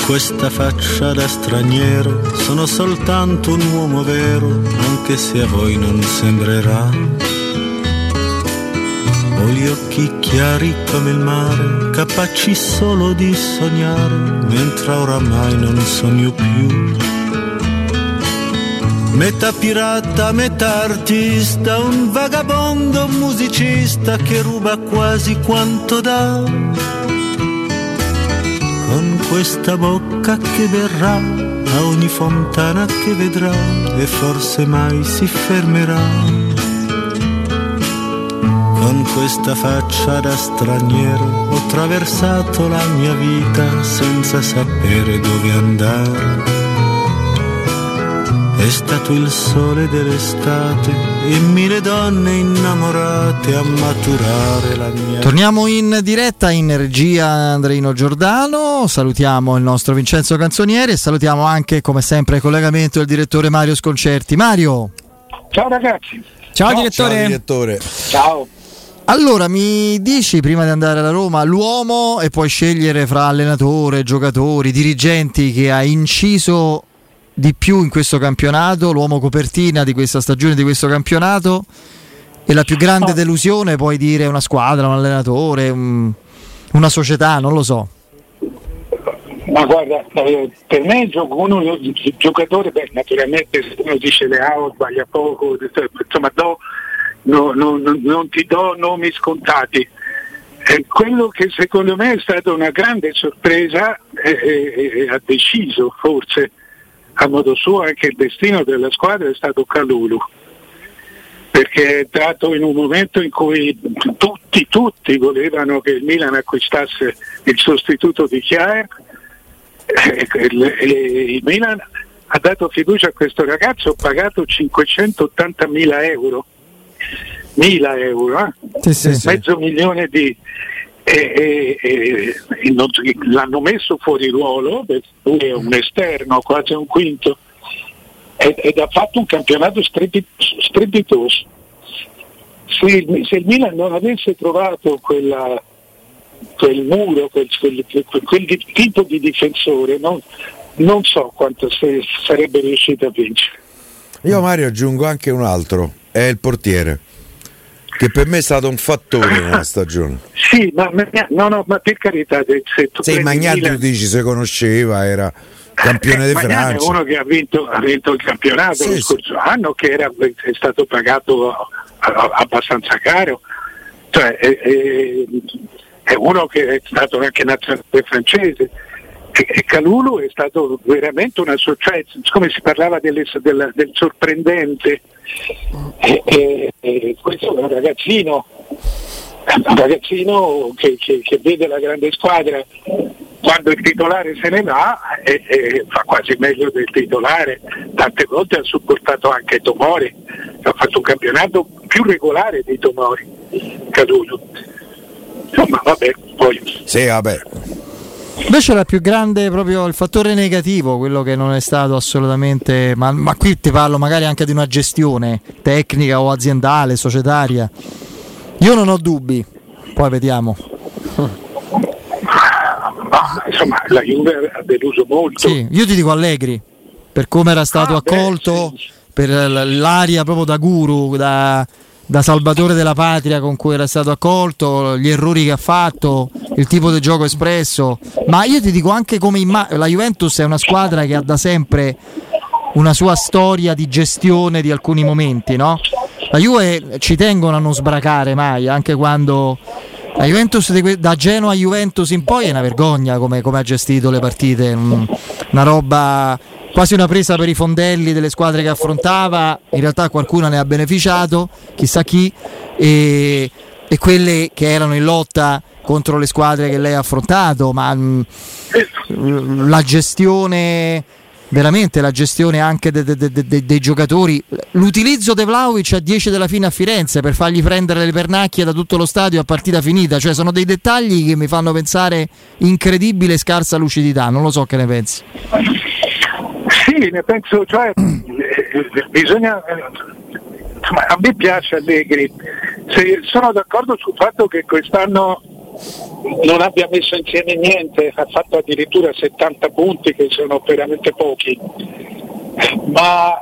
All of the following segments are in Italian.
questa faccia da straniero sono soltanto un uomo vero, anche se a voi non sembrerà. Ho gli occhi chiari come il mare, capaci solo di sognare, mentre oramai non sogno più. Metà pirata, metà artista, un vagabondo musicista che ruba quasi quanto dà. Con questa bocca che verrà a ogni fontana che vedrà e forse mai si fermerà. Con questa faccia da straniero ho attraversato la mia vita senza sapere dove andare. È stato il sole dell'estate e 1000 donne innamorate a maturare la mia. Torniamo in diretta, in regia Andreino Giordano, salutiamo il nostro Vincenzo Canzonieri e salutiamo anche come sempre il collegamento del direttore Mario Sconcerti. Mario. Ciao ragazzi. Ciao direttore. Ciao direttore. Ciao. Allora, mi dici prima di andare alla Roma l'uomo, e puoi scegliere fra allenatore, giocatori, dirigenti, che ha inciso di più in questo campionato, l'uomo copertina di questa stagione, di questo campionato, e la più grande delusione, puoi dire una squadra, un allenatore, una società, non lo so. Ma guarda, per me il giocatore, naturalmente se uno dice Leao sbaglia poco, insomma non ti do nomi scontati. Quello che secondo me è stata una grande sorpresa e ha deciso forse a modo suo anche il destino della squadra è stato Kalulu, perché è entrato in un momento in cui tutti volevano che il Milan acquistasse il sostituto di Kjaer, e il Milan ha dato fiducia a questo ragazzo, pagato 580.000 euro, 1.000 euro, sì. mezzo milione di... l'hanno messo fuori ruolo, lui è un esterno, quasi un quinto, ed ha fatto un campionato strepitoso. Se il Milan non avesse trovato quel muro, quel tipo di difensore, non so quanto sarebbe riuscito a vincere. Io Mario aggiungo anche un altro, è il portiere, che per me è stato un fattore nella stagione. Sì, ma per carità, se tu Magnani tu dici se conosceva, era campione di Francia. È uno che ha vinto il campionato lo scorso anno, che è stato pagato abbastanza caro, cioè è uno che è stato anche nazionale francese. E Kalulu è stato veramente una sorpresa, come si parlava del sorprendente, questo è un ragazzino che vede la grande squadra, quando il titolare se ne va e fa quasi meglio del titolare, tante volte ha supportato anche Tomori, ha fatto un campionato più regolare di Tomori, Kalulu. Insomma vabbè, poi sì, vabbè. Invece la più grande, proprio il fattore negativo, quello che non è stato assolutamente, ma qui ti parlo magari anche di una gestione tecnica o aziendale, societaria. Io non ho dubbi, poi vediamo. Ma insomma la Juve ha deluso molto. Sì, io ti dico Allegri, per come era stato accolto, sì. Per l'aria proprio da guru, da salvatore della patria con cui era stato accolto, gli errori che ha fatto, il tipo di gioco espresso. Ma io ti dico anche come la Juventus è una squadra che ha da sempre una sua storia di gestione di alcuni momenti, no? La Juve ci tengono a non sbracare mai, anche quando la Juventus da Genoa a Juventus in poi è una vergogna come ha gestito le partite, una roba, quasi una presa per i fondelli delle squadre che affrontava. In realtà qualcuna ne ha beneficiato, chissà chi, e quelle che erano in lotta contro le squadre che lei ha affrontato, ma la gestione, veramente la gestione anche dei giocatori, l'utilizzo di Vlahovic a 10 della fine a Firenze per fargli prendere le pernacchie da tutto lo stadio a partita finita, cioè sono dei dettagli che mi fanno pensare incredibile scarsa lucidità. Non lo so, che ne pensi? Sì, ne penso, cioè bisogna, a me piace Allegri, sono d'accordo sul fatto che quest'anno non abbia messo insieme niente, ha fatto addirittura 70 punti che sono veramente pochi, ma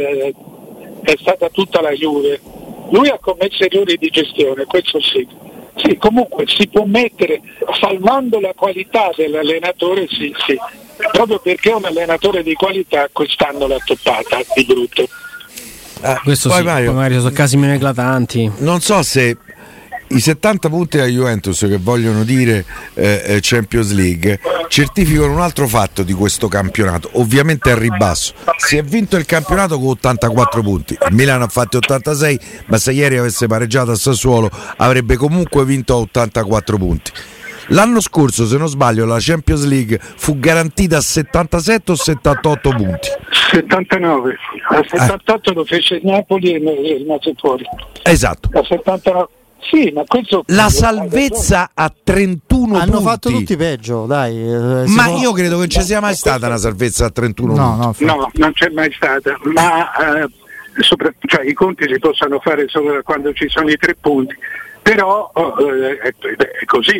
è stata tutta la Juve. Lui ha commesso errori di gestione, questo sì. Sì, comunque si può mettere, salvando la qualità dell'allenatore, sì, proprio perché è un allenatore di qualità, quest'anno l'ha toppata di brutto. Questo poi sì, Mario, poi magari sono casi meno eclatanti. Non so se i 70 punti della Juventus, che vogliono dire Champions League, certificano un altro fatto di questo campionato, ovviamente al ribasso. Si è vinto il campionato con 84 punti, il Milan ha fatti 86, ma se ieri avesse pareggiato a Sassuolo avrebbe comunque vinto a 84 punti. L'anno scorso, se non sbaglio, la Champions League fu garantita a 77 o 78 punti? 79, a 78 lo fece il Napoli e rimase fuori. Esatto. A 79. Sì, ma questo la salvezza a 31 punti. Hanno fatto tutti peggio, dai. Ma io credo che non ci sia mai stata una salvezza a 31 punti. No, non c'è mai stata, ma cioè, i conti si possono fare solo quando ci sono i 3 punti, però è così.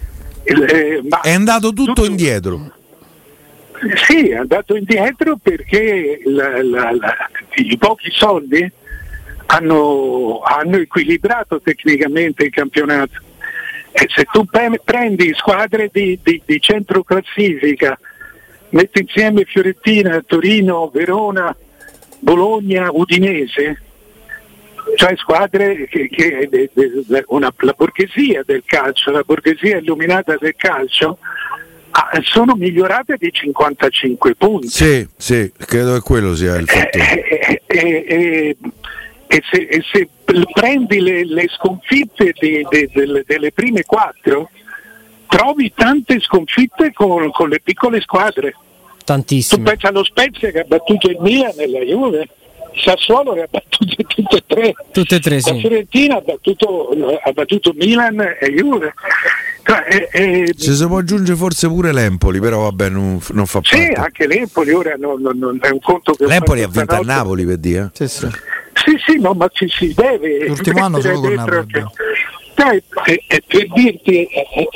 Ma è andato tutto indietro. Sì, è andato indietro perché i pochi soldi hanno equilibrato tecnicamente il campionato. E se tu prendi squadre di centro classifica, metti insieme Fiorentina, Torino, Verona, Bologna, Udinese, cioè squadre la borghesia del calcio, la borghesia illuminata del calcio, sono migliorate di 55 punti. Sì, credo che quello sia il fattore. E se prendi le sconfitte delle prime 4, trovi tante sconfitte con le piccole squadre. Tantissime. Tu pensi allo Spezia che ha battuto il Milan e la Juve, Sassuolo che ha battuto tutte e tre. Tutte e tre, sì. La Fiorentina ha battuto Milan e Juve. Se si può aggiungere forse pure l'Empoli, però vabbè, non fa parte. Sì, anche l'Empoli ora non è un conto che l'Empoli ha vinto a Napoli, per dire. Sì, no, ma ci si deve. L'ultimo anno solo con Napoli. Per dirti,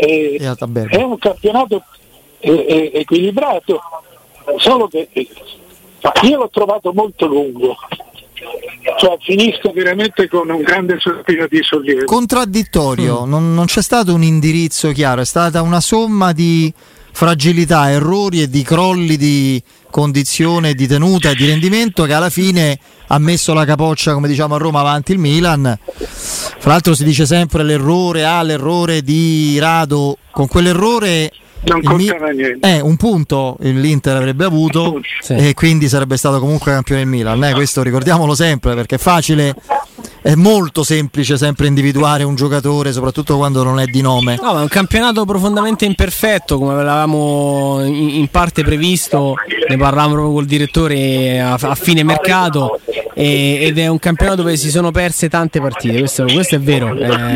è un campionato equilibrato, solo che io l'ho trovato molto lungo. Cioè finisco veramente con un grande sospiro di sollievo. Contraddittorio, non c'è stato un indirizzo chiaro, è stata una somma di fragilità, errori e di crolli di condizione, di tenuta e di rendimento che alla fine ha messo la capoccia, come diciamo a Roma, avanti il Milan. Fra l'altro si dice sempre l'errore di Rado, con quell'errore non contava niente. Un punto l'Inter avrebbe avuto, sì. E quindi sarebbe stato comunque campione il Milan. Questo ricordiamolo sempre, perché è facile, è molto semplice sempre individuare un giocatore, soprattutto quando non è di nome. No, ma è un campionato profondamente imperfetto, come avevamo in parte previsto, ne parlavamo proprio col direttore a fine mercato, ed è un campionato dove si sono perse tante partite, questo è vero.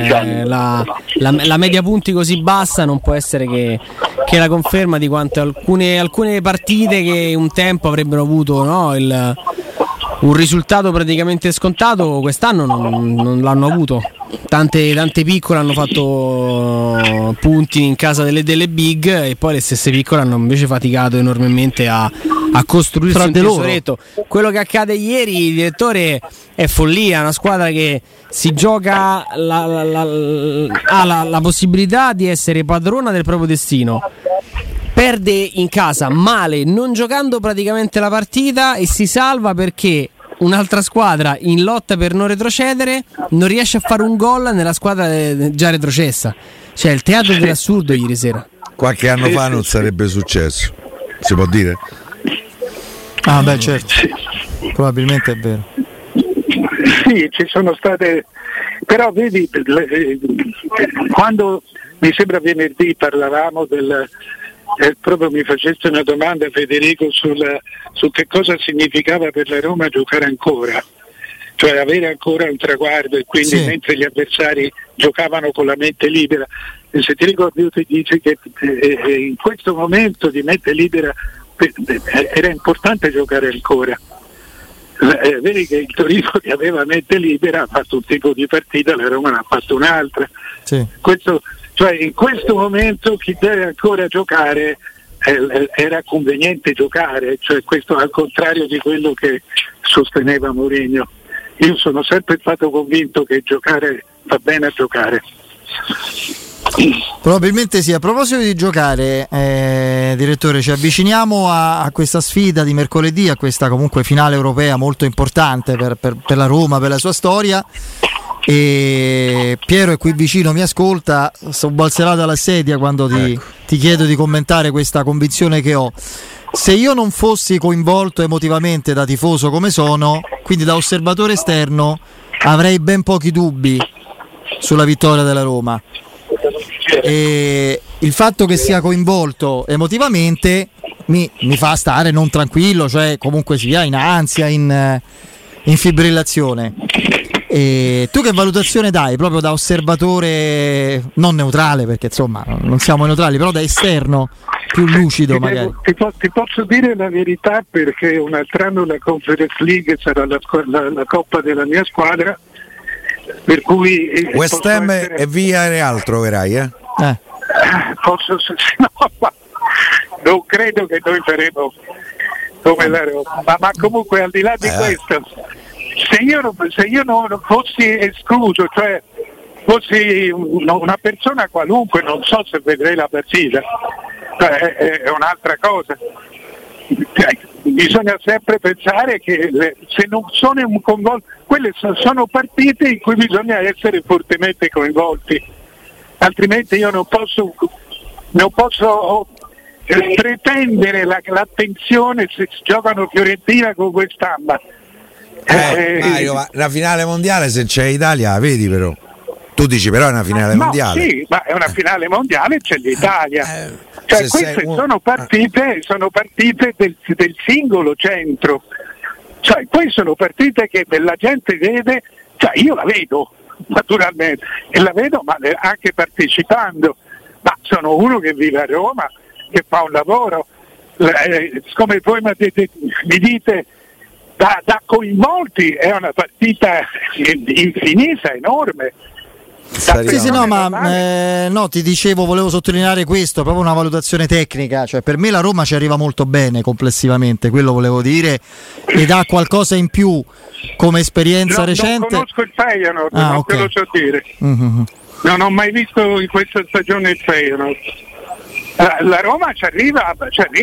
La media punti così bassa non può essere che la conferma di quanto alcune partite che un tempo avrebbero avuto, no, un risultato praticamente scontato, quest'anno non l'hanno avuto. Tante piccole hanno fatto punti in casa delle big, e poi le stesse piccole hanno invece faticato enormemente a costruirsi un tesoretto. Quello che accade ieri, il direttore, è follia. Una squadra che si gioca ha la possibilità di essere padrona del proprio destino, perde in casa male, non giocando praticamente la partita, e si salva perché un'altra squadra in lotta per non retrocedere non riesce a fare un gol nella squadra già retrocessa. Cioè il teatro dell'assurdo ieri sera. Qualche anno fa non sarebbe successo, si può dire? Beh, certo, probabilmente è vero. Sì, ci sono state, però vedi, quando mi sembra venerdì parlavamo proprio mi facesse una domanda, Federico, su che cosa significava per la Roma giocare ancora, cioè avere ancora un traguardo, e quindi sì, mentre gli avversari giocavano con la mente libera. E se ti ricordi, io ti dici che in questo momento di mente libera era importante giocare ancora. Vedi che il Torino, che aveva mente libera, ha fatto un tipo di partita, la Roma ne ha fatto un'altra. Sì. Questo Cioè in questo momento chi deve ancora giocare era conveniente giocare, cioè questo al contrario di quello che sosteneva Mourinho. Io sono sempre stato convinto che giocare va bene a giocare. Probabilmente sì. A proposito di giocare, direttore, ci avviciniamo a questa sfida di mercoledì, a questa comunque finale europea molto importante per la Roma, per la sua storia. E Piero è qui vicino, mi ascolta, sobbalzerà dalla sedia quando ti chiedo di commentare questa convinzione che ho. Se io non fossi coinvolto emotivamente da tifoso come sono, quindi da osservatore esterno, avrei ben pochi dubbi sulla vittoria della Roma. E il fatto che sia coinvolto emotivamente mi fa stare non tranquillo, cioè comunque sia in ansia, in fibrillazione. E tu che valutazione dai proprio da osservatore non neutrale, perché insomma non siamo neutrali, però da esterno più lucido magari? Ti posso dire la verità, perché un altro anno la Conference League sarà la coppa della mia squadra, per cui West Ham e Villarreal troverai, no, non credo che noi faremo come la Roma, ma comunque al di là di questo, se io non fossi escluso, cioè fossi una persona qualunque, non so se vedrei la partita, è un'altra cosa. Bisogna sempre pensare che se non sono coinvolti, quelle sono partite in cui bisogna essere fortemente coinvolti, altrimenti io non posso pretendere l'attenzione se giocano Fiorentina con West Ham. Mario, ma la finale mondiale se c'è Italia, vedi però. Tu dici però è una finale mondiale. Sì, ma è una finale mondiale, c'è l'Italia. Cioè queste sono partite del singolo centro. Cioè poi sono partite che la gente vede, cioè io la vedo naturalmente e la vedo ma anche partecipando, ma sono uno che vive a Roma, che fa un lavoro, come voi mi dite da coinvolti, è una partita infinita, enorme. Sì, no, ma no, ti dicevo, volevo sottolineare questo, proprio una valutazione tecnica, cioè per me la Roma ci arriva molto bene complessivamente, quello volevo dire, ed ha qualcosa in più come esperienza recente. Non conosco il Feyenoord, non te lo so dire. Mm-hmm. Non ho mai visto in questa stagione il Feyenoord. La Roma ci arriva,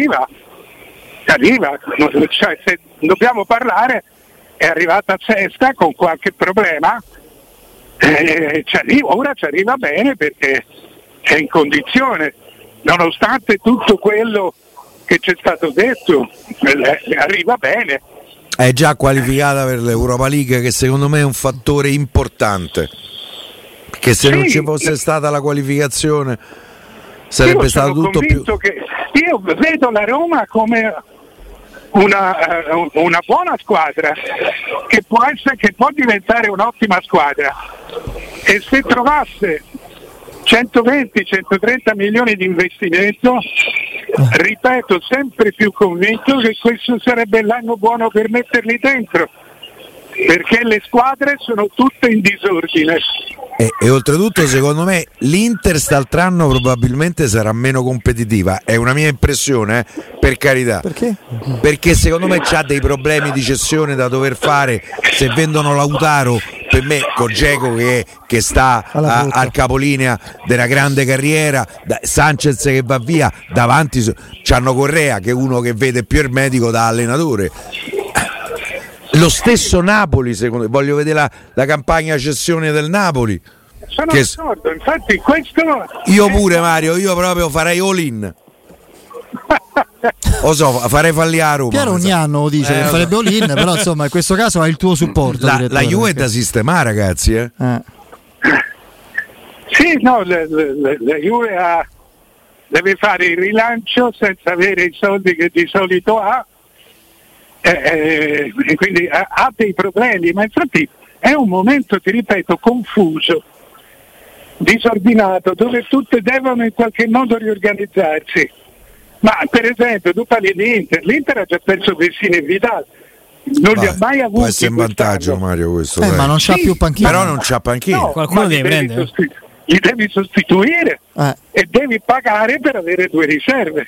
cioè, se dobbiamo parlare, è arrivata a sesta con qualche problema. Ora ci arriva bene perché è in condizione, nonostante tutto quello che c'è stato detto, arriva bene. È già qualificata per l'Europa League, che secondo me è un fattore importante, perché se non ci fosse stata la qualificazione sarebbe stato tutto più. Io vedo la Roma come una buona squadra che può diventare un'ottima squadra, e se trovasse 120-130 milioni di investimento, ripeto, sempre più convinto che questo sarebbe l'anno buono per metterli dentro, perché le squadre sono tutte in disordine. E oltretutto secondo me l'Inter st'altro anno probabilmente sarà meno competitiva, è una mia impressione, per carità. Perché? Perché secondo me c'ha dei problemi di cessione da dover fare. Se vendono Lautaro, per me con Dzeko che sta al capolinea della grande carriera, Sanchez che va via, davanti c'hanno Correa che è uno che vede più il medico da allenatore. Lo stesso Napoli, secondo me, voglio vedere la campagna cessione del Napoli. Sono d'accordo, infatti questo. Io pure, Mario, io proprio farei all in. Lo so, farei fallire a Roma. Piero ogni anno dice che farebbe all in, però insomma in questo caso ha il tuo supporto. La Juve è da sistemare, ragazzi. Sì, no, la Juve deve fare il rilancio senza avere i soldi che di solito ha. E quindi ha dei problemi, ma infatti è un momento, ti ripeto, confuso, disordinato, dove tutte devono in qualche modo riorganizzarsi. Ma per esempio tu parli di l'Inter ha già perso Vecino e Vidal, non li ha mai avuti. Può essere in vantaggio, Mario, questo ma non c'ha più panchina. Però non c'ha panchina. Qualcuno deve prendere. li devi sostituire e devi pagare per avere 2 riserve.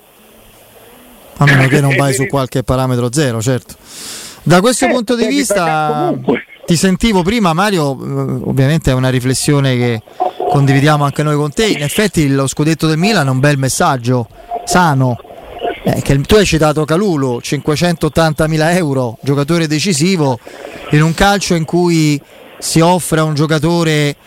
A meno che non vai su qualche parametro zero, certo. Da questo punto di vista ti sentivo prima, Mario, ovviamente è una riflessione che condividiamo anche noi con te. In effetti lo scudetto del Milan è un bel messaggio sano. Che tu hai citato Kalulu, 580.000 euro, giocatore decisivo, in un calcio in cui si offre a un giocatore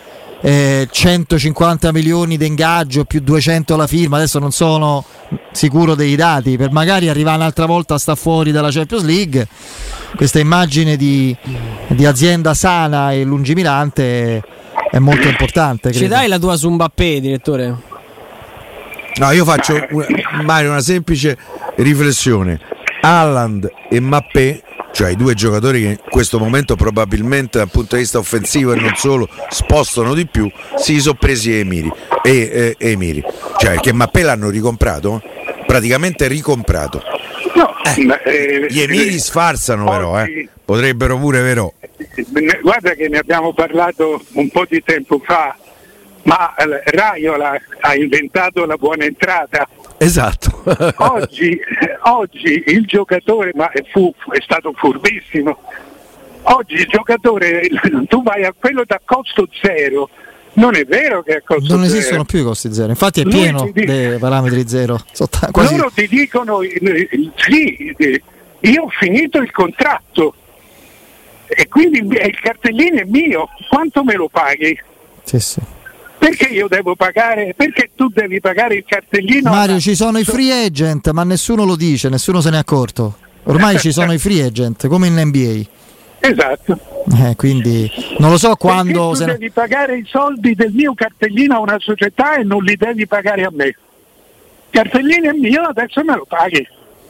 150 milioni di ingaggio più 200 alla firma. Adesso non sono sicuro dei dati, per magari arrivare un'altra volta sta fuori dalla Champions League. Questa immagine di azienda sana e lungimirante è molto importante, credo. Ci dai la tua su Mbappé, direttore? No, io faccio Mario una semplice riflessione. Haaland e Mbappé, cioè i 2 giocatori che in questo momento probabilmente dal punto di vista offensivo e non solo spostano di più, si sono presi Emiri, cioè perché Mbappé l'hanno ricomprato, praticamente ricomprato. No, gli Emiri sfarzano però, potrebbero pure, vero? Guarda che ne abbiamo parlato un po' di tempo fa, ma Raiola ha inventato la buona entrata. Esatto. Oggi il giocatore, ma è stato furbissimo. Oggi il giocatore, tu vai a quello da costo zero. Non è vero che a costo zero. Non esistono più i costi zero, infatti è pieno dei parametri zero. Quasi. Loro ti dicono sì, io ho finito il contratto e quindi il cartellino è mio, quanto me lo paghi? Sì. Perché io devo pagare? Perché tu devi pagare il cartellino? Mario, ci sono i free agent, ma nessuno lo dice, nessuno se ne è accorto. Ormai ci sono i free agent, come in NBA. Esatto. Quindi non lo so quando. Perché tu devi pagare i soldi del mio cartellino a una società e non li devi pagare a me. Il cartellino è mio, adesso me lo paghi.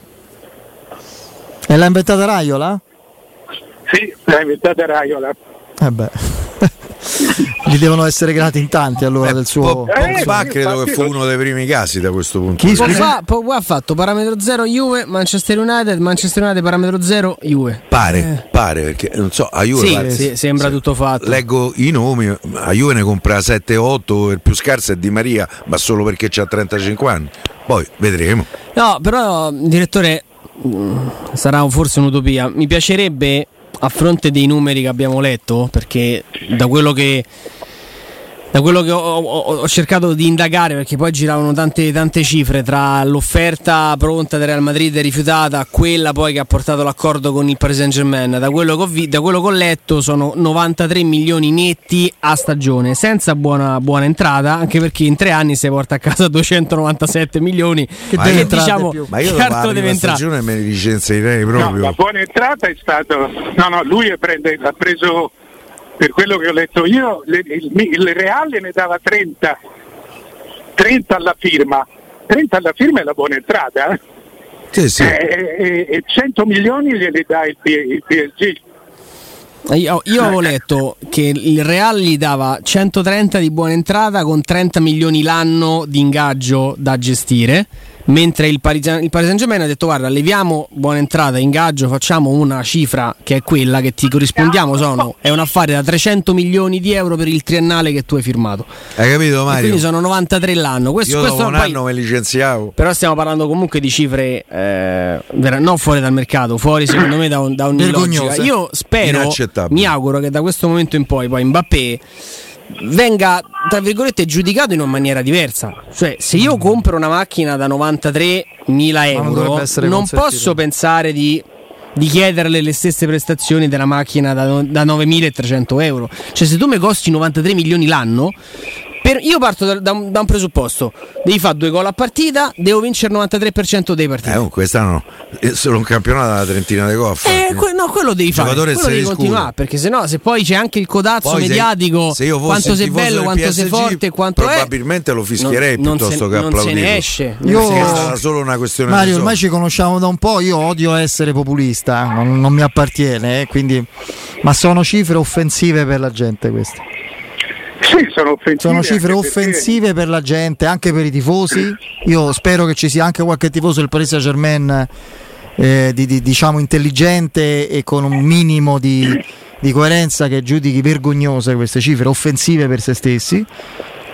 E l'ha inventata Raiola? Sì, l'ha inventata Raiola. Gli devono essere grati in tanti allora del suo. Pogba credo che fu uno dei primi casi da questo punto di vista. Pogba ha fatto parametro 0 Juve, Manchester United parametro 0 Juve. Pare perché non so, a Juve sì, sembra tutto fatto. Leggo i nomi, a Juve ne compra 7-8, il più scarso è Di Maria, ma solo perché c'ha 35 anni. Poi vedremo. No, però direttore, sarà forse un'utopia. Mi piacerebbe, a fronte dei numeri che abbiamo letto, perché da quello che ho cercato di indagare, perché poi giravano tante cifre tra l'offerta pronta del Real Madrid e rifiutata, quella poi che ha portato l'accordo con il Paris Saint-Germain, da quello che ho letto sono 93 milioni netti a stagione, senza buona entrata, anche perché in 3 anni si porta a casa 297 milioni che diciamo ma io certo deve entrare. Stagione me ne licenzierei proprio. No, la buona entrata è stato lui ha preso, per quello che ho letto io, il Reale ne dava 30 alla firma. 30 alla firma è la buona entrata. Sì. E 100 milioni glieli dà il PSG. Io avevo letto che il Real gli dava 130 di buona entrata con 30 milioni l'anno di ingaggio da gestire, mentre il Paris Saint-Germain ha detto guarda, leviamo buona entrata, ingaggio, facciamo una cifra che è quella che ti corrispondiamo, è un affare da 300 milioni di euro per il triennale che tu hai firmato. Hai capito, Mario? E quindi sono 93 l'anno. Questo dopo un anno mi licenziavo. Però stiamo parlando comunque di cifre non fuori dal mercato, fuori secondo me da un'illogica. Io spero, mi auguro che da questo momento in poi Mbappé venga, tra virgolette, giudicato in una maniera diversa. Cioè, se io compro una macchina da 93.000 euro, non posso pensare di chiederle le stesse prestazioni della macchina da 9.300 euro. Cioè, se tu mi costi 93 milioni l'anno, io parto da un presupposto: devi fare 2 gol a partita, devo vincere il 93% dei partiti. Quest'anno è solo un campionato da trentina di gol. Quello devi fare, quello devi continuare, perché sennò, se poi c'è anche il codazzo mediatico, quanto sei bello, quanto sei forte, quanto probabilmente lo fischierei piuttosto che applaudire. Non se ne esce. È solo una questione. Mario, ormai ci conosciamo da un po', io odio essere populista, non mi appartiene, quindi, ma sono cifre offensive per la gente queste. Sì, sono cifre offensive per la gente, anche per i tifosi. Io spero che ci sia anche qualche tifoso del Paris Saint-Germain diciamo intelligente e con un minimo di coerenza che giudichi vergognose queste cifre offensive per se stessi.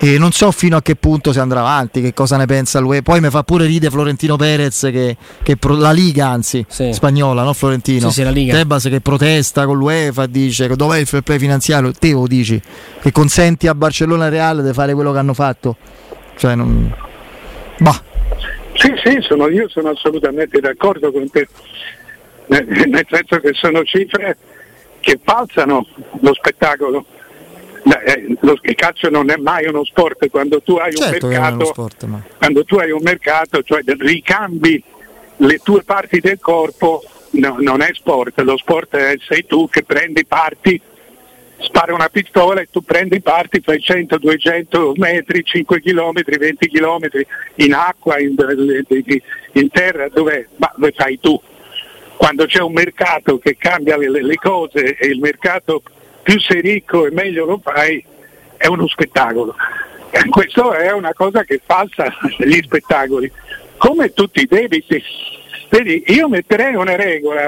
e non so fino a che punto si andrà avanti, che cosa ne pensa l'UE. Poi mi fa pure ride Florentino Perez che la Liga, anzi spagnola, no Florentino? Sì, la Liga. Tebas che protesta con l'UEFA, dice dov'è il fair play finanziario? Te lo dici che consenti a Barcellona e Real di fare quello che hanno fatto? Cioè non... Bah. Sì, io sono assolutamente d'accordo con te, nel senso che sono cifre che falsano lo spettacolo. Il calcio non è mai uno sport. Quando tu hai un mercato, sport, ma... quando tu hai un mercato, cioè ricambi le tue parti del corpo, no, non è sport. Lo sport sei tu che prendi parti, spara una pistola e tu prendi parti, fai 100, 200 metri, 5 km, 20 km in acqua, in terra, dove fai tu. Quando c'è un mercato che cambia le cose e il mercato più sei ricco e meglio lo fai, è uno spettacolo. Questo è una cosa che falsa gli spettacoli, come tutti i debiti. Vedi, io metterei una regola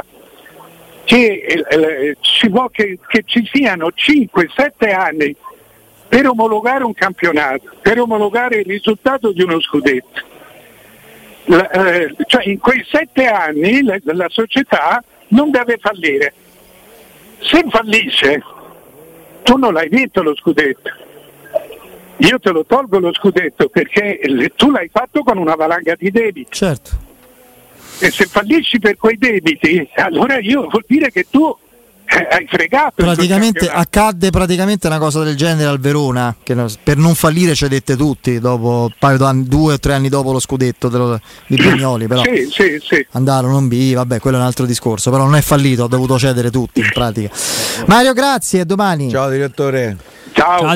che ci vuole che ci siano 5-7 anni per omologare un campionato, per omologare il risultato di uno scudetto. Cioè in quei 7 anni la società non deve fallire. Se fallisce, tu non l'hai vinto lo scudetto, io te lo tolgo lo scudetto perché tu l'hai fatto con una valanga di debiti. Certo. E se fallisci per quei debiti, allora vuol dire che tu hai fregato. Praticamente accadde una cosa del genere al Verona, che per non fallire ci dette tutti dopo un paio d'anni, 2 o 3 anni dopo lo scudetto di Brignoli, però sì. Andarono in B, vabbè, quello è un altro discorso, però non è fallito, ha dovuto cedere tutti in pratica. Mario, grazie, a domani. Ciao direttore. Ciao.